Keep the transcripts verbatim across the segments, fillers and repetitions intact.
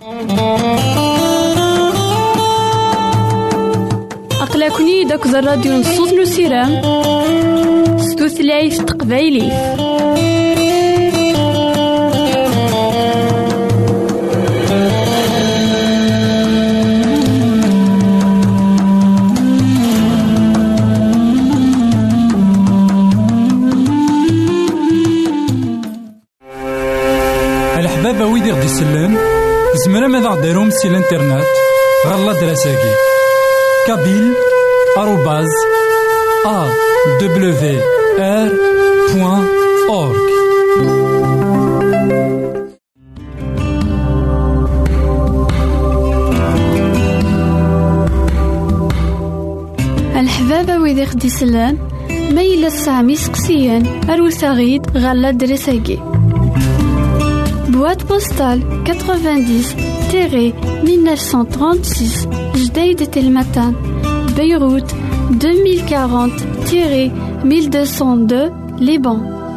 أقلكني داك الراديو نصوص نسيران ستوثلايف تقبايلي. الحبابة ويدي غدي يسلم زمرا ماذا غديرهم سي الانترنت غالا دراساكي كابيل آروباز أ دبليو آر بوان أورك. الحبابة ويدي غدي يسلم ما إلا سامي سقسيان أروساغيد غالا دراساكي boîte postale quatre-vingt-dix mille neuf cent trente-six Jdeï de Telmatan, Beyrouth deux mille quarante mille deux cent deux Liban.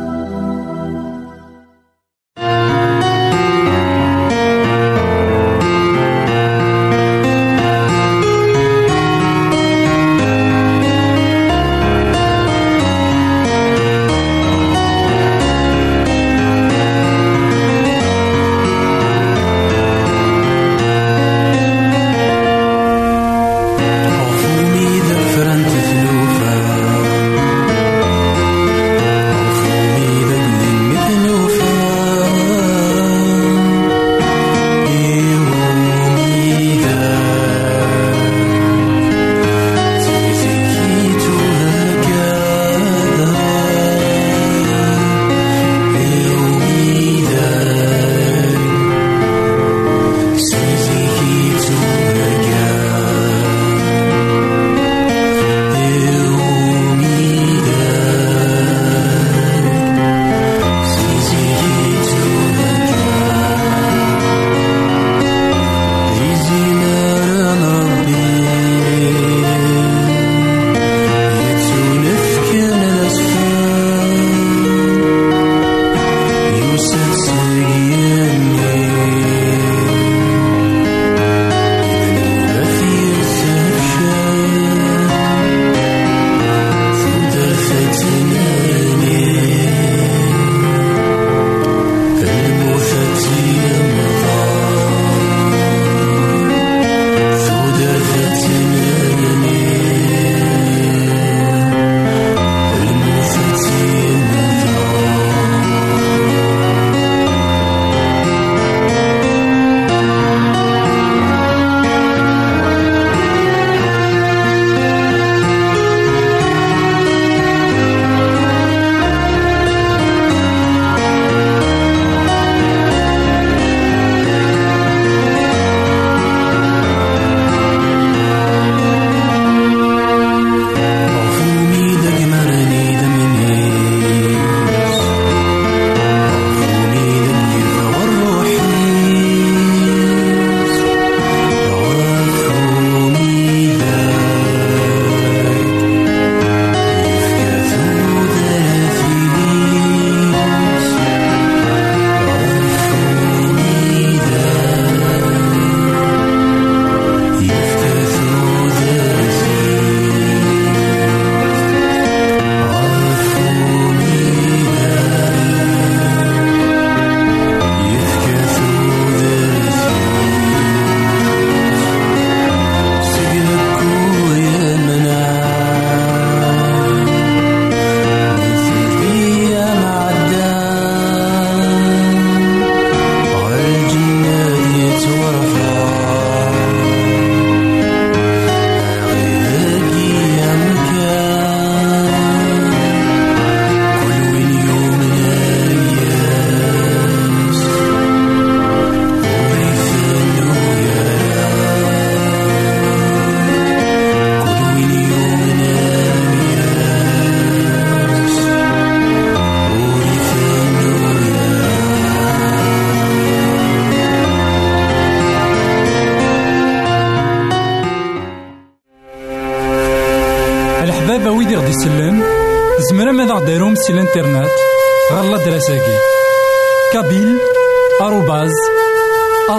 الحبابة ويدي غدي يسلم زمرا ماذا غديرهم سي الانترنت غالا دراساكي كابيل آروباز أ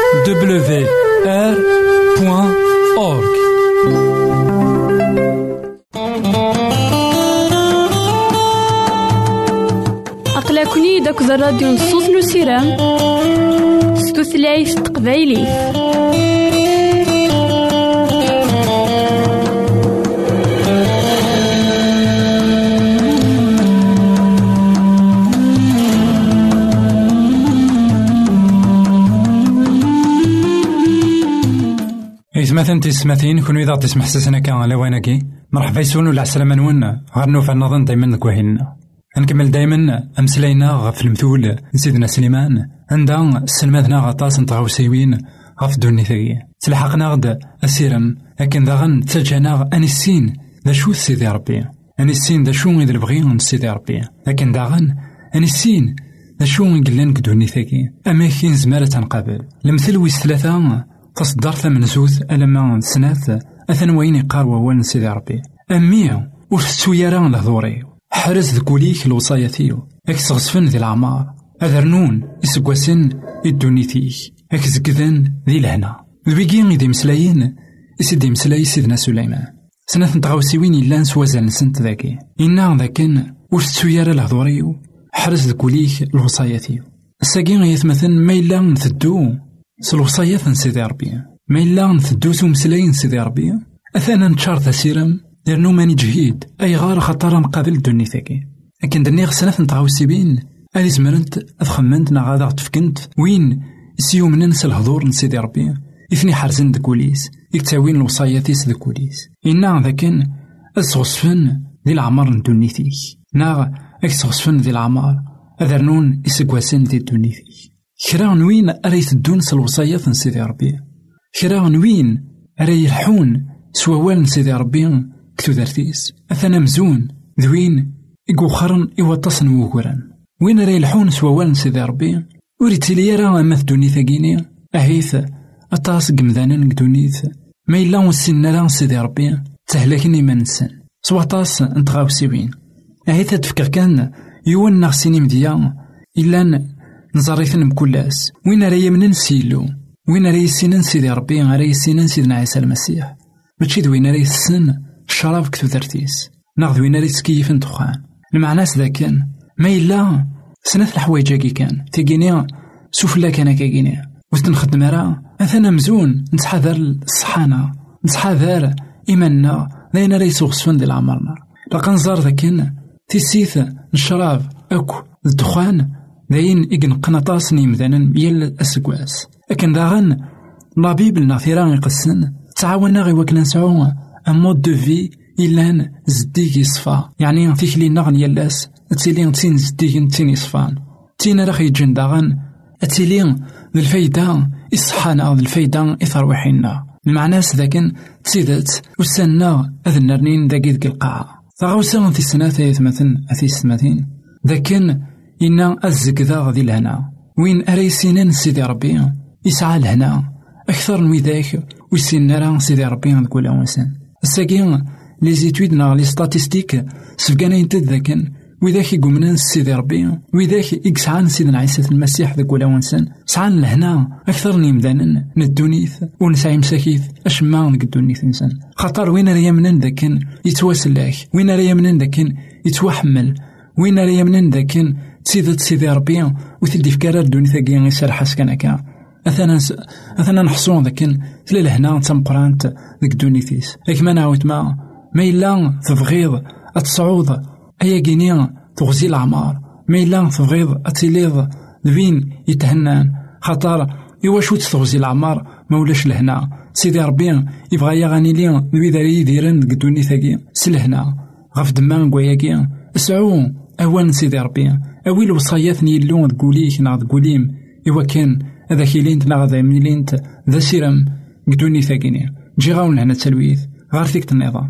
دبليو آر بوان أورغ. أقلكني داك الراديو نصوص نسيران ستوثلايف تقبايلي. إثماثن تسمثين كونو إذا تسمح سسنا كان على وينكي مرحبا يسون ولا عسلامة نونا غرنو في النظن دايما كوهينا. نكمل دايما أمسلينا غف المثول سيدنا سليمان عندها سلماتنا غطاس نتغاوسيوين غف دوني ثقي تلحقنا غد أسيرم لكن داغن تجانا أنسين دا شو سيدي ربي أنسين دا شو إذا بغيون سيدي ربي لكن داغن أنسين دا شو نقلن كدوني ثقي أما كين زمالة تنقابل المثل ويس ثلاثة تصدر ثمن زوز ألما سنات أثنوين يقار ووان سيدي ربي أمي وفسويران لهضوري حرز ذكوليك الوصاياتيو اكس غصفن ذي العمار أذرنون إسقواسن يدوني فيه اكس قذن ذي لهنا ذبيقين ذي مسلايين إسيدي مسلاي سيدنا سليمان سنة نتغاوسيوين إلا نسوازل نسنت ذاكي إنا ذاكن وفسويران لهضوريو حرز ذكوليك الوصاياتيو الساقين يثمثن ما إلا نثدو سلوصايات سيدي ربي ما إلا نثدو سمسلاين سيدي ربي أثانا نتشار تسيرم لأنه ماني جهيد أي غار خطر مقابل الدنيا ثاكي لكن دني غسنة نتغاوسيبين هذه زمرنت أتخمنت نغادا تفكنت وين سيو من ننسى الهضور نسيدي ربي إثني حرزن دكوليس يكتاوين الوصاياتيس دكوليس إنا ذاكن أسغصفن ذي العمر ندوني ثيك نا أكسغصفن ذي العمر أذرنون إسقواسن ذي الدنيا ثيك كرا نوين أريث الدونس الوصايات نسيدي ربي كرا نوين أري الحون سووال نسيدي ربي كتو دارتيس أثنا مزون ذوين إقوخرن إوطسن وقران وين راه يلحون سووال نسيدي ربي وريتيلي راه أمث دوني ثاقيني أهيث أطاس قمذانا قدونيث ما إلا وسنا راه نسيدي ربي تهلكني ما نسن سواطاس نتغاوسيوين أهيث تفكر كان يوان نغسيني مديا إلا نزاريثن بكلاس وين راه يمنن سيلو وين راه يسينن سيدي ربي راه يسينن سيدنا عيسى المسيح ماشي دوين راه يسن الشراب كتو درتيس ناخذ وين راه تسكيف دخان المعناس ذا كان ما إلا سنة الحوايج كي كان تيجيني سفلا كان كيجيني وستنخدم راه أثنا مزون نتحذر الصحانة نتحذر إيماننا ذاين راه يسوغسفن ديال عمرنا لقا نزار ذا كان تيسيث الشراب أكو الدخان ذاين إيقن قناطاسني مذانا يال الأسكواس لكن داغن لا بيبل ناثيران يقسن تعاوننا غي وكنا نسعو ان مود دو في إلا زديك يصفى يعني فيك لي نغن يلاس تيلين تين زديك تين يصفان تين راخ يجن داغن تيلين الفايدة إصحانا الفايدة إثروحينا المعناس ذاكن تسيدت وسنا أذن نرنين ذاك ذاك القاعة فغوسا في السنة ثلاثمثن أثي ستمثين ذاكن إنا أزك ذا غذي الهنا وين أريسينان سيدي ربي يسعى الهنا أكثر من ذاك ويسينا راه سيدي ربي نقول أونسان الساقين لي زيتويد نا لي ستاتيستيك سفكانا ينتد ذاكن وذاك يقومنا سيدي ربي وذاك يقسعان سيدنا عيسى المسيح ذاك ولا ونسان سعان لهنا أكثر نيمدانا ندونيث ونسعي مساكيث أشما نقدونيث إنسان خاطر وين راه يمنن ذاكن يتواسلاك وين راه يمنن ذاكن يتوحمل وين راه يمنن ذاكن تسيدت سيدي ربي وتدي فكرة دوني ثاقيا يسرح سكنكا أثنا أثنا نحصون ذاكن تلا هنا تمقرانت ذاك دونيثيس لكن ما نعاود ما ما إلا تبغيض أتصعود أيا كينيا تغزي العمار ما إلا تبغيض أتيليض ذبين يتهنان خاطر إوا شو تغزي العمار ما ولاش لهنا سيدي ربي يبغى يغني لي ذوي ذاري يديرن ذاك دونيثاكي سلهنا غف دمان كواياكي اسعو أوان سيدي ربي أويل وصاياتني اللون تقوليك نا تقوليم إوا كان هذا كيلينت نا غدا ميلينت ذا سيرم قدوني ثاقيني جي غاون هنا التلويث غار فيك النظام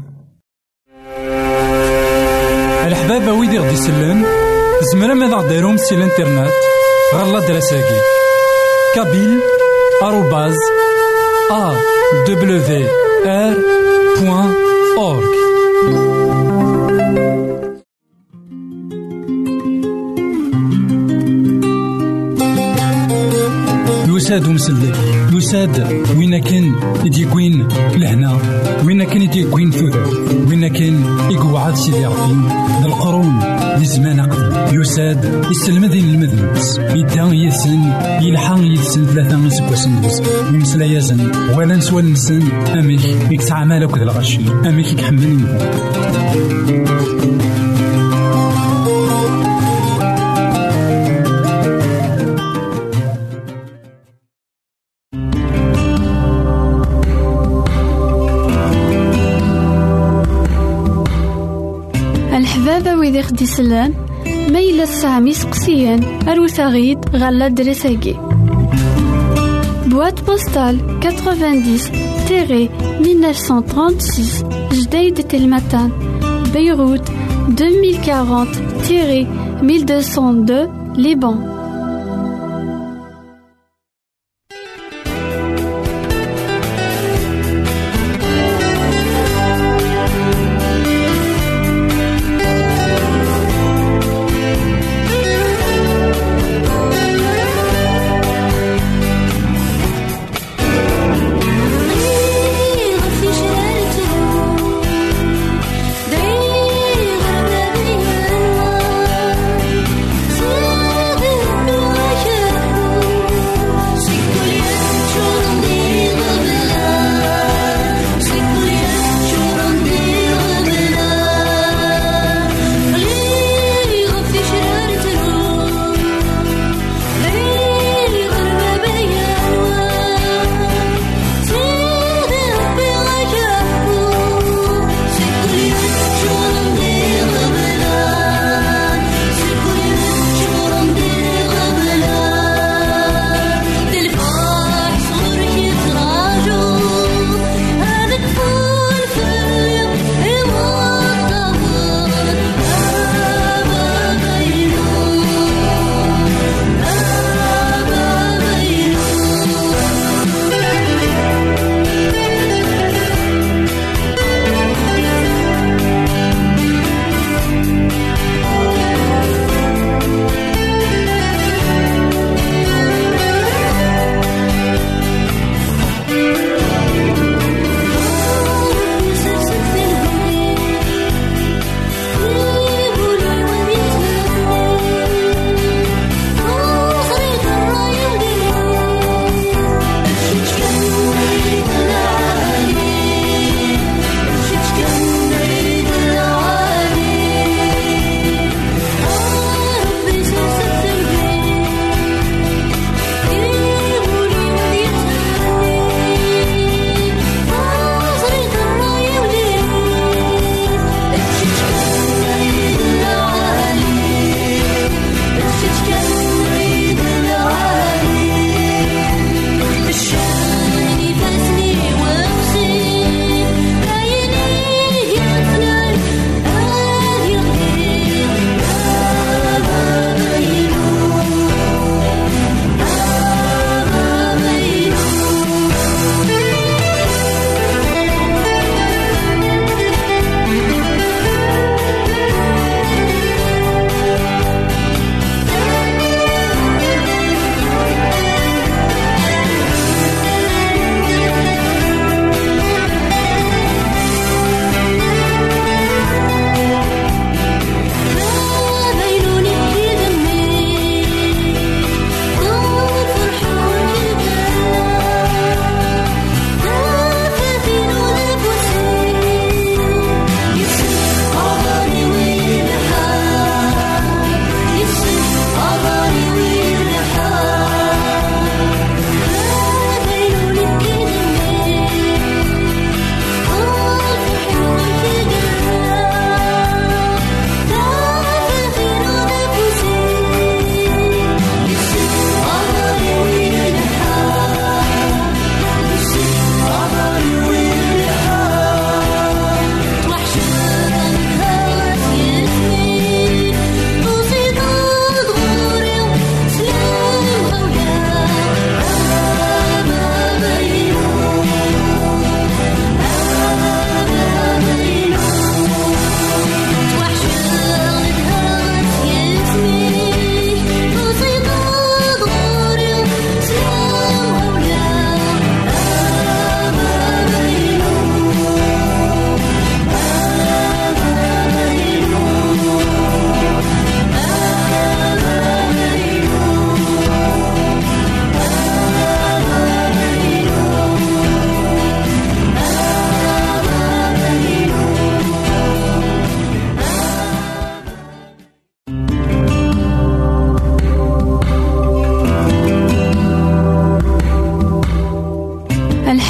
الحبابة ويدي غدي يسلم زمرا ماذا دايرهم سي الانترنت غالا دراساكي كابيل آروباز أ دبليو آر بوان أورغ. يساد مسلي يساد وين كان يديكوين لهنا وين كان يديكوين ثوث وين كان يقعد سيدي ربي بالقرون لزمان قديم يساد يسلمذين المذنبس يدان يسن يلحق يسن ثلاثة من سكوسن يمسلا يزن ولا نسوى المسن أميك يكسع مالك ذا الغشي أميك يكحمل الحبابة ويدي خدي سلان ميلا السامي سقسيان أروثاغيد غالا دريساكي Boîte postale quatre-vingt-dix mille neuf cent trente-six Jdeï de Telmatan Beyrouth deux mille quarante mille deux cent deux Liban. Dream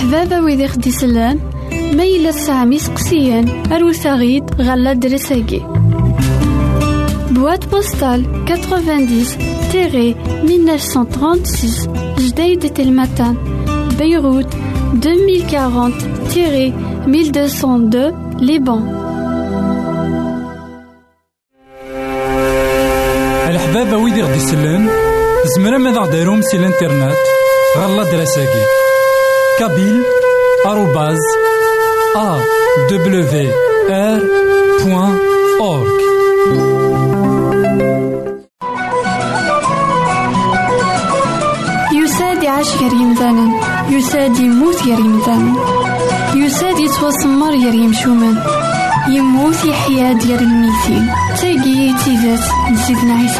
حبابا ويدي خدي سلان ميلا سامي سقسيان أروسا غيد غالا درساكي. Boîte postale quatre-vingt-dix mille neuf cent trente-six Jdeï de Telmatan, Beyrouth deux mille quarante mille deux cent deux Liban. الحبابة ويدي غدي سلان زمرا ماذا غديرهم سي الانترنت غالا دراساكي كابيل آروباز أ دبليو آر بوان أورك. يساد يعيش غير يمثالا، يساد يموت غير يمثالا، يساد يتوسمر غير يمشومان، يموت يحيا ديال الميتين. تاقي تيزات نسيدنا عيسى.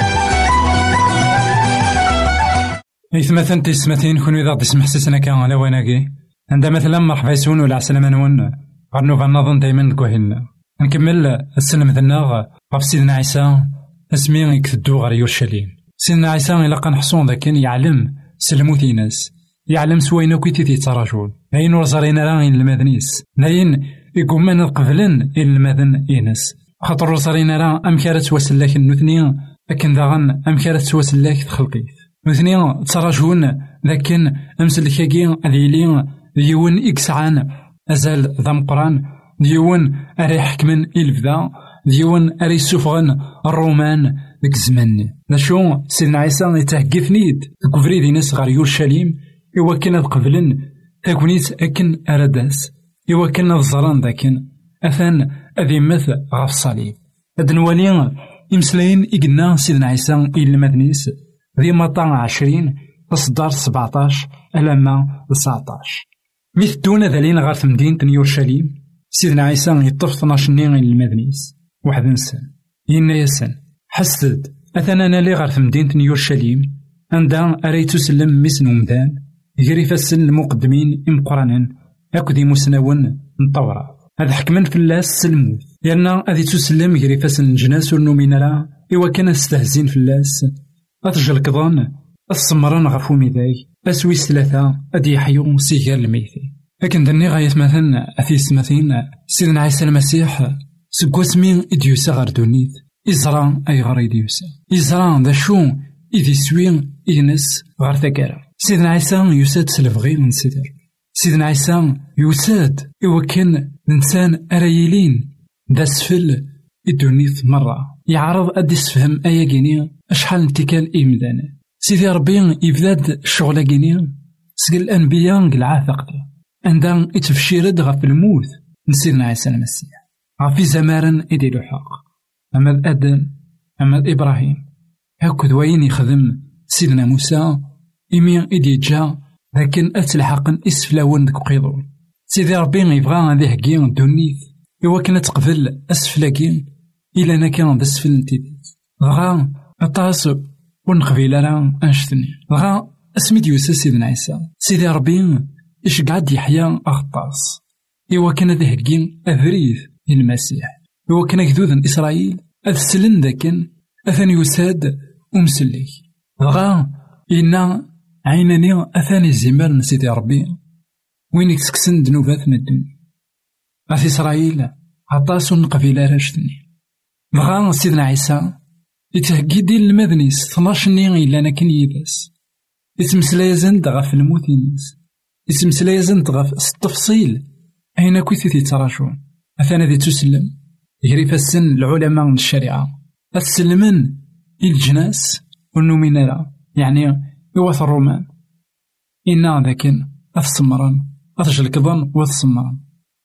إثمثن تسمثين كونو إذا تسمح سسنا كان على ويناكي عند مثلا مرحبا يسون ولا عسلامة نون غنوفا نظن دايما كوهلنا نكمل السلم ذناغ غف سيدنا عيسى اسمي يكتدو غير يورشليم. سيدنا عيسى إلا كان حصون ذاكن يعلم سلموثي ناس يعلم سوينا كويتي تيتراجون ناين ورزارينا راين المدنيس ناين يقومان القبلن إلى المدن إينس خاطر رزارينا راه أمكارت وسلاك النثنية لكن داغن أمكارت وسلاك تخلقيت نثنية تراجون لكن أمسلكاكي أذيلين ديون إكسعان أزال ذا مقران ديون أري حكمن إلفدا ديون أري سفغن الرومان ذاك الزمان نشو سيدنا عيسى يتهقفنيد كفري دي ناس غير يورشليم إوا كان قبلن تاكونيت أكن أرداس إوا كان الزران ذاكن أثان أذي مثل غاف الصليب هاد نوالي إمسلاين إقنا سيدنا عيسى إلى مدنيس ذي مطان عشرين تصدر سبعتاش ألما تسعتاش مثل دون ذلين غار في مدينة يورشليم سيدنا عيسى يطف اثناش نين المدنيس واحد نسن ينا يسن حسد أثنا أنا لي غار في مدينة يورشليم عندها أريتو سلم مسن ومدان يجري فسن المقدمين إمقرانا أكدي مسنون نطورا هذا حكمن في الله السلموث لأن هذه تسلم يجري فسن الجناس والنومينرا إوا كان استهزين في اللاس أتجل كظان الصمران غفو ميداي أسويس ثلاثة أدي يحيو سيجار الميثي لكن دني غاية مثلا أثيس مثلا سيدنا عيسى المسيح سكواسمين إديوسا غار دونيت إزران أي غار إديوسا إزران ذا شو إذي سوين إنس غار ثكارا سيدنا عيسى يساد سلفغي من سيدر سيدنا عيسى يساد إوا كان الإنسان أرايلين دا سفل إدونيت مرة يعرض أدي سفهم أيا جينيا أشحال انتكال إيمدانا سيدي ربي يبداد الشغل جينيا سقل الأنبياء قلعا ثقتي عندها يتفشيرد غف الموت نسيدنا عيسى المسيح غفي زمارا إدي الحق أما آدم أما إبراهيم هاكد وين يخدم سيدنا موسى إمي إدي جا لكن أتلحقن إسفلاون دك قيضون سيدي ربي يبغى هذه كين دونيت إوا كانت تقبل أسفلاكين إلا أنا كان بسفل نتيدي غا أطاس ونقبيل راه أنشتني غا اسمي ديوسا سيدنا عيسى سيدي ربي إش قعد يحيا أغطاس إوا كان هذه كين أفريث المسيح إوا كان كذوذن إسرائيل أذسلن ذاكن أثاني يساد أمسلي غا إنا عيناني أثاني الزمال نسيدي ربي وين يكسكسن دنوبات من الدنيا أثي إسرائيل عطاس ونقبيل راشتني غا سيدنا عيسى يتهقي ديال المدنيس ثناش نين إلا أنا كن يداس يتمسلايزن غف الموت ينس يتمسلايزن غف التفصيل أين كويثي تيتراجون أثانا ذي تسلم يجري فالسن العلماء من الشريعة أتسلمن الجناس والنومينالا يعني يوث الرومان إنا ذاكن أثسمران أثجل كظن وأثسمران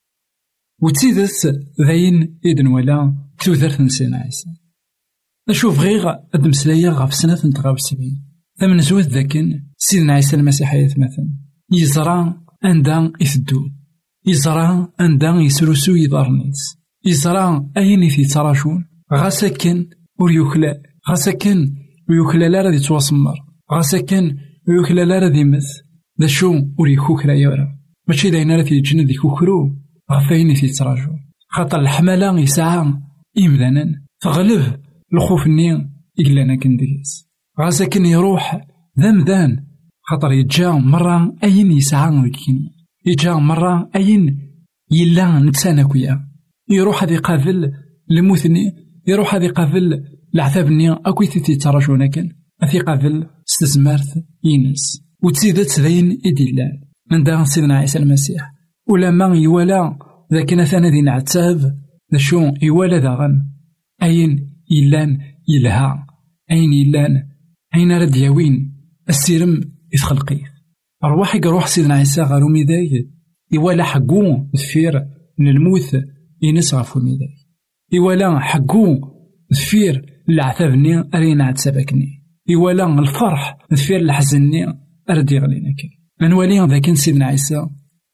وتسيدس ذاين إذن ولا كتوثرث نسينا عيسى نشوف غير أدمسلايا غف سنة تغاو سبعين ثمن زوث ذاكن سيدنا عيسى المسيحية مثلا يزرع أندا يثدو يزرع أندا يسرسو يضارنيس يزرع أين في تراجون غاسكن وريوكلا غاسكن ويوكلا لا راه يتواصمر غاسكن ويوكلا لا راه يمث ذا شو وريكوكلا يورا ماشي داينا راه تيجن ذي كوكرو غفاين في تراجون خاطر الحملة يسعى إمذانا تغلب الخوف النين إلا أنا كنديس غاسكن يروح ذا مذان خاطر يتجا مرة أين يسعى ويكين يجا مرة أين يلا نتسانا كويا يروح هذي قابل لموثني يروح هذي قابل العذابني أكوي تيتي تراجونا كان أثي قابل استزمارت ينس وتزيدت ذين إدلال من داغن سيدنا عيسى المسيح ولا ما يوالا ذاك ثانا ذي نعتاب نشو يوالا داغن أين يلان يلها أين يلان أين رد يوين السيرم يتخلقي أرواحي روح سيدنا عيسى غارو ميداي يوالا حقو ذفير من الموت ينس غفو ميداي يوالا حقو ذفير العذابني أرينا عتسابكني يوالا الفرح ذفير الحزني أردي غلينا كي نولي ذاك سيدنا عيسى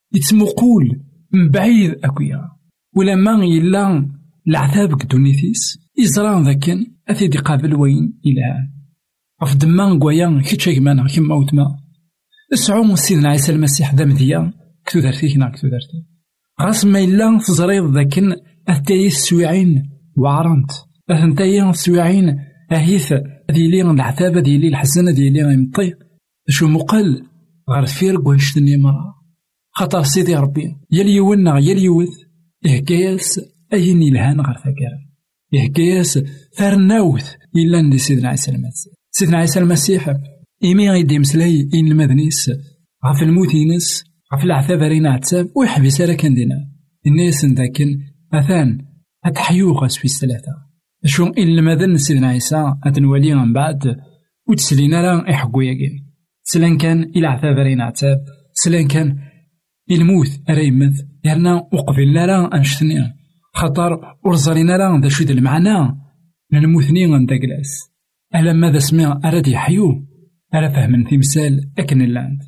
يتمقول من بعيد أكويا ولا ما يلا العذاب كدونيثيس يزران ذاك أثيدي قابل وين إلى أفد ما قويا كيتشا كمانا كيما وتما اسعو سيدنا عيسى المسيح ذا مذيا كتو دارتي كنا كتو دارتي غاس ما يلا تزريض ذاك أثتاي السويعين وعرنت أثنتاي السويعين أهيث ديالي العذاب ديالي الحزن ديالي يمطي شو مقل غير فير قوانشتني مرة خاطر سيدي ربي يلي يولنا يلي يوث يهكاياس أين يلهان غير ثاكرا يهكاياس فرناوث إلا ندي سيدنا عيسى المسيح سيدنا عيسى المسيح إيمي غيدي مسلاي إن المدنيس غف الموت ينس غف العذاب رينا عتاب ويحبس راه كان دينا الناس ذاكن أثان أتحيو غاس في الثلاثة شو إن المدن سيدنا عيسى أتنولي من بعد وتسلينا لا يحقو ياكي سلان كان إلى عذاب رينا عتاب سلان كان الموت أريمث يرنا وقبلنا لا أنشتني خطر ورزالينا لا ذا شد المعنى نموثني غندا كلاس ألا ماذا سمع أراد يحيو ألا فهمن تمثال أكن اللاند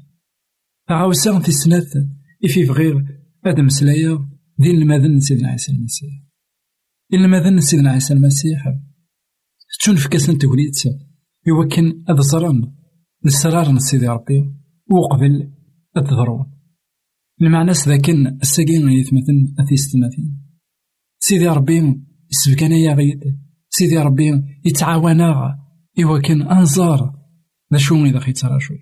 فغاوسا في سنة إفي فغير أدم سلايا دين المذن سيدنا عيسى المسيح إن المذن سيدنا عيسى المسيح تشون في كاسن توليت يوكن أذصران للسرار سيدي ربي وقبل التضرون المعنى سذاكن الساقين يتمثل أثيستماثين سيدي ربي يسبكنا يا غيد سيدي ربي يتعاونا يوكن أنظار ذا شون إذا خي تراشون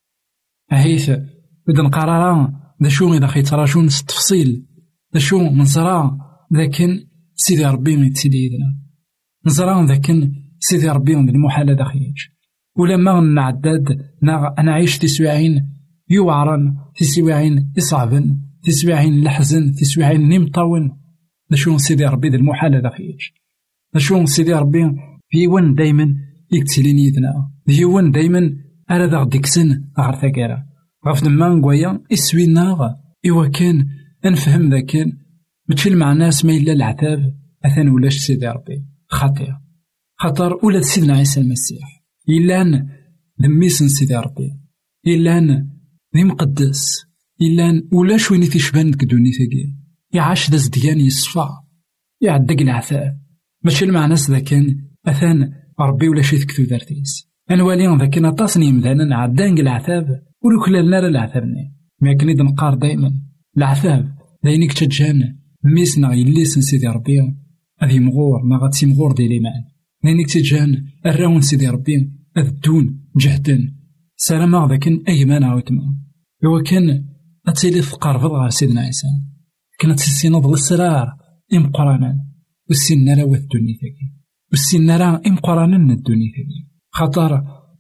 أهيث بدن قرارا ذا شون إذا خي تراشون التفصيل ذا شون منصرا ذاكن سيدي ربي يتسيدنا نزرا ذاكن سيدي ربي المحالة ذا خيج ولما نعداد أنا عايش تسويعين يوعرن تسويعين يصعبن تسويعين لحزن تسويعين نمطون نشون سيدي ربي ذا المحالة ذا خيج نشون سيدي ربي في ون دايما يكتلين يدنا في ون دايما أرى ذا ديكسن غير ثاكارا غاف دما نقويا يسوينا إوا كان نفهم ذا كان متشي المعنى ما إلا العذاب أثان ولاش سيدي ربي خطير خطر ولاد سيدنا عيسى المسيح إلان ذميسن سيدي ربي إلان ذي مقدس إلان ولاش وين تيشبان كدوني ثقيل يعاش داز ديان يصفى يعدق العذاب ماشي المعنى ذا كان أثان ربي ولا شي تكتو دارتيس أنوالي ذا كان طاسني مذانا عدان العذاب ولو كلا لنا العذابني ما كان يد نقار دايما العذاب داينيك تجان ميسنا يليسن سيدي ربي هذي مغور ما غاتسي مغور ديالي مان داينيك تجان الراون سيدي ربي الدون جهدا سلام ذاكن أي مانع وتما هو كان أتيلي فقار فضغا سيدنا عيسى كانت السيناض السرار إم قرانا والسنارا والدنيا ثقي والسنارا إم قرانا من الدنيا ثقي خطر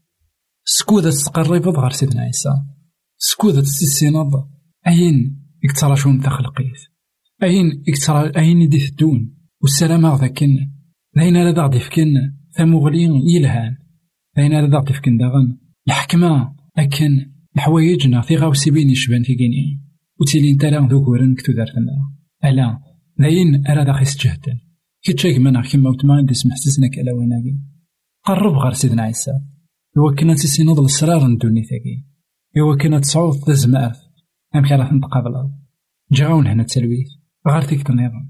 سكودة تقرب فضغا سيدنا عيسى سكودة السيناض أين يكتراشون تخلقيت أين يكترا أين يدي الدون والسلام ذاكن لين لا دغ ديفكن ثمغلين يلهان لين لا دغ ديفكن داغن الحكمة أكن الحوايجنا في غاوسي بين يشبان في كيني وتيلي نتا لا ذوكورن كتو دارتنا ألا لين أرا داخل جهدا كي تشاك منا كيما وتمان دي سمحسسنا كألاويناكي قرب غير سيدنا عيسى هو كنا تسينوض الأسرار ندوني ثاكي هو كنا تصعود تزمارث أم كي راح نتقابل جاون هنا التلويث غير تيك تنظم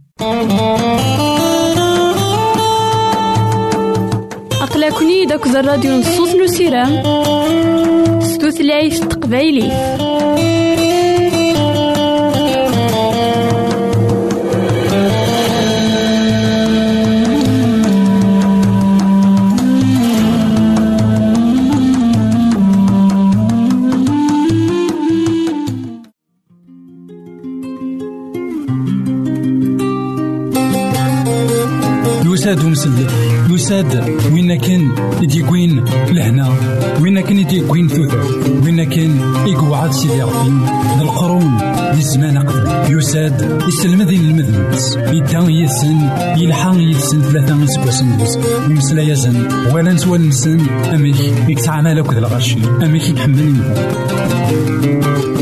أقلكني داك الراديو نصوص نسيرام ستوثلايف تقبايلي يساد ومسلك يساد وين كان يديكوين لهنا وين كان يديكوين ثوثر وين كان يقعد سيدي ربي القرون للزمان قبل يساد يسلمذين المذنبس يدان يسن يلحق يسن ثلاثة مسكوسن يمسلا يزن ولا نسوى المسن أميك يكتعمل أكد الغرشي أميك يحملني